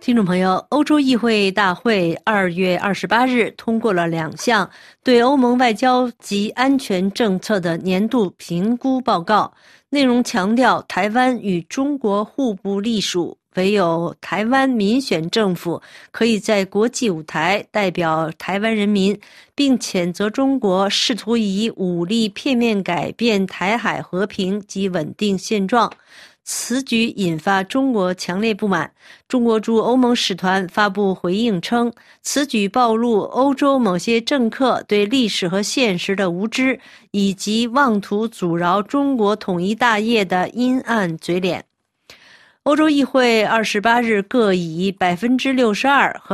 听众朋友，欧洲议会大会2月28日通过了2项对欧盟外交及安全政策的年度评估报告，内容强调台湾与中国互不隶属，唯有台湾民选政府可以在国际舞台代表台湾人民，并谴责中国试图以武力片面改变台海和平及稳定现状。此举引发中国强烈不满。中国驻欧盟使团发布回应称，此举暴露欧洲某些政客对历史和现实的无知，以及妄图阻挠中国统一大业的阴暗嘴脸。欧洲议会28日各以62%和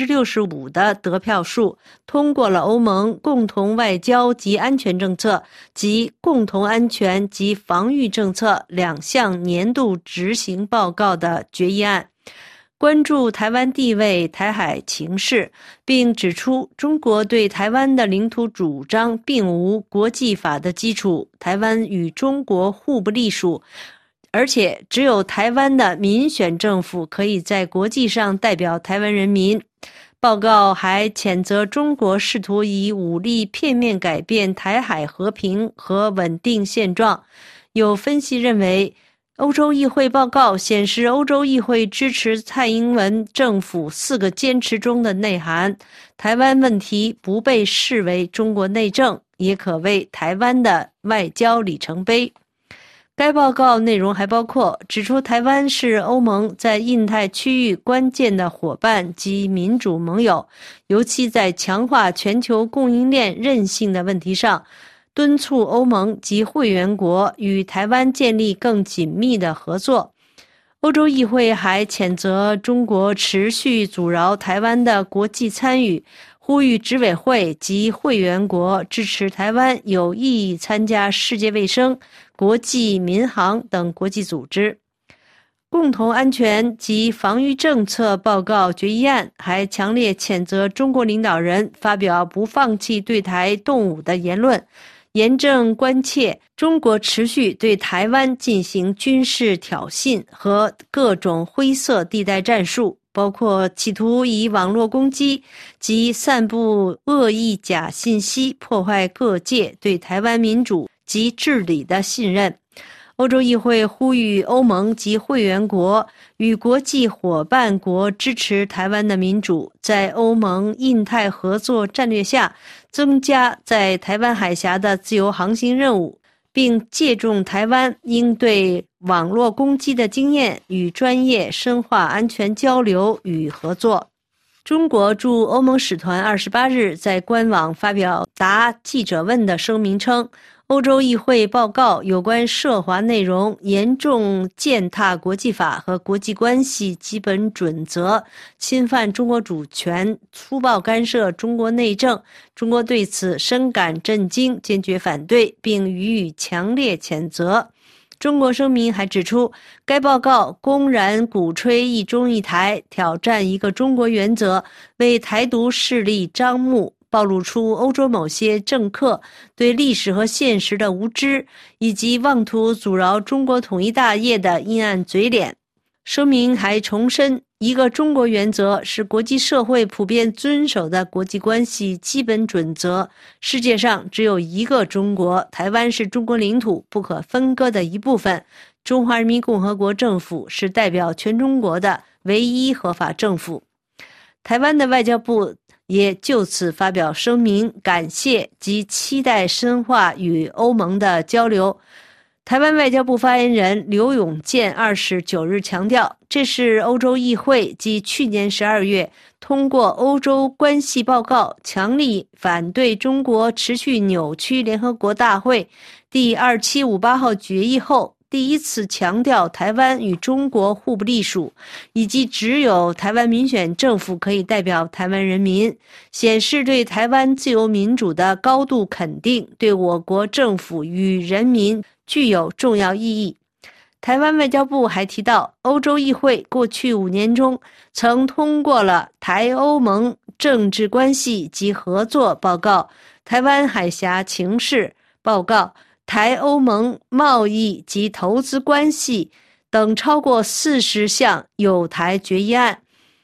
65%的得票数通过了欧盟共同外交及安全政策及共同安全及防御政策2项年度执行报告的决议案，关注台湾地位、台海情势，并指出中国对台湾的领土主张并无国际法的基础，台湾与中国互不隶属，而且只有台湾的民选政府可以在国际上代表台湾人民。报告还谴责中国试图以武力片面改变台海和平和稳定现状。有分析认为，欧洲议会报告显示欧洲议会支持蔡英文政府4个坚持中的内涵，台湾问题不被视为中国内政，也可谓台湾的外交里程碑。该报告内容还包括指出台湾是欧盟在印太区域关键的伙伴及民主盟友，尤其在强化全球供应链韧性的问题上，敦促欧盟及会员国与台湾建立更紧密的合作。欧洲议会还谴责中国持续阻挠台湾的国际参与，呼吁执委会及会员国支持台湾有意义参加世界卫生、国际民航等国际组织。共同安全及防御政策报告决议案还强烈谴责中国领导人发表不放弃对台动武的言论，严正关切中国持续对台湾进行军事挑衅和各种灰色地带战术，包括企图以网络攻击及散布恶意假信息破坏各界对台湾民主及治理的信任。欧洲议会呼吁欧盟及会员国与国际伙伴国支持台湾的民主，在欧盟印太合作战略下增加在台湾海峡的自由航行任务，并借重台湾应对网络攻击的经验与专业深化安全交流与合作。中国驻欧盟使团28日在官网发表答记者问的声明称，欧洲议会报告有关涉华内容严重践踏国际法和国际关系基本准则，侵犯中国主权，粗暴干涉中国内政。中国对此深感震惊，坚决反对，并予以强烈谴责。中国声明还指出，该报告公然鼓吹一中一台，挑战一个中国原则，为台独势力张目，暴露出欧洲某些政客对历史和现实的无知，以及妄图阻挠中国统一大业的阴暗嘴脸。声明还重申，一个中国原则是国际社会普遍遵守的国际关系基本准则。世界上只有一个中国，台湾是中国领土不可分割的一部分。中华人民共和国政府是代表全中国的唯一合法政府。台湾的外交部也就此发表声明，感谢及期待深化与欧盟的交流。台湾外交部发言人刘永健29日强调，这是欧洲议会继去年12月通过欧洲关系报告，强力反对中国持续扭曲联合国大会第2758号决议后，第一次强调台湾与中国互不隶属，以及只有台湾民选政府可以代表台湾人民，显示对台湾自由民主的高度肯定，对我国政府与人民具有重要意义。台湾外交部还提到，欧洲议会过去5年中曾通过了台欧盟政治关系及合作报告、台湾海峡情势报告、台欧盟贸易及投资关系等超过40项友台决议案。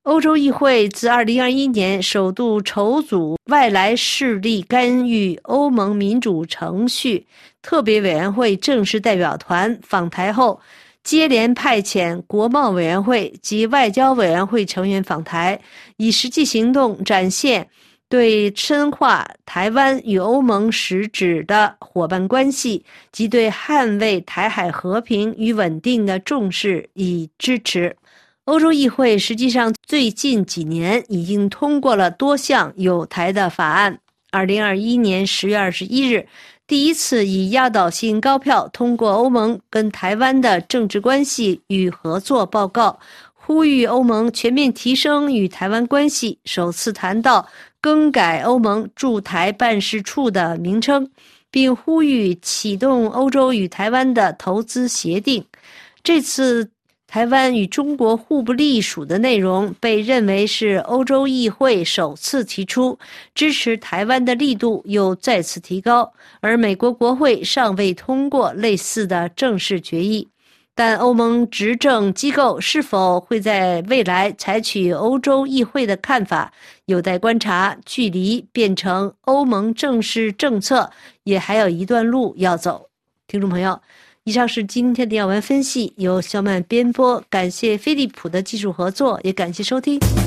欧洲议会自2021年首度筹组外来势力干预欧盟民主程序特别委员会正式代表团访台后，接连派遣国贸委员会及外交委员会成员访台，以实际行动展现对深化台湾与欧盟实质的伙伴关系及对捍卫台海和平与稳定的重视与支持。欧洲议会实际上最近几年已经通过了多项有台的法案。2021年10月21日，第一次以压倒性高票通过欧盟跟台湾的政治关系与合作报告，呼吁欧盟全面提升与台湾关系，首次谈到更改欧盟驻台办事处的名称，并呼吁启动欧洲与台湾的投资协定。这次台湾与中国互不隶属的内容被认为是欧洲议会首次提出，支持台湾的力度又再次提高，而美国国会尚未通过类似的正式决议。但欧盟执政机构是否会在未来采取欧洲议会的看法，有待观察，距离变成欧盟正式政策也还有一段路要走。听众朋友，以上是今天的要闻分析，由小满编播，感谢飞利浦的技术合作，也感谢收听。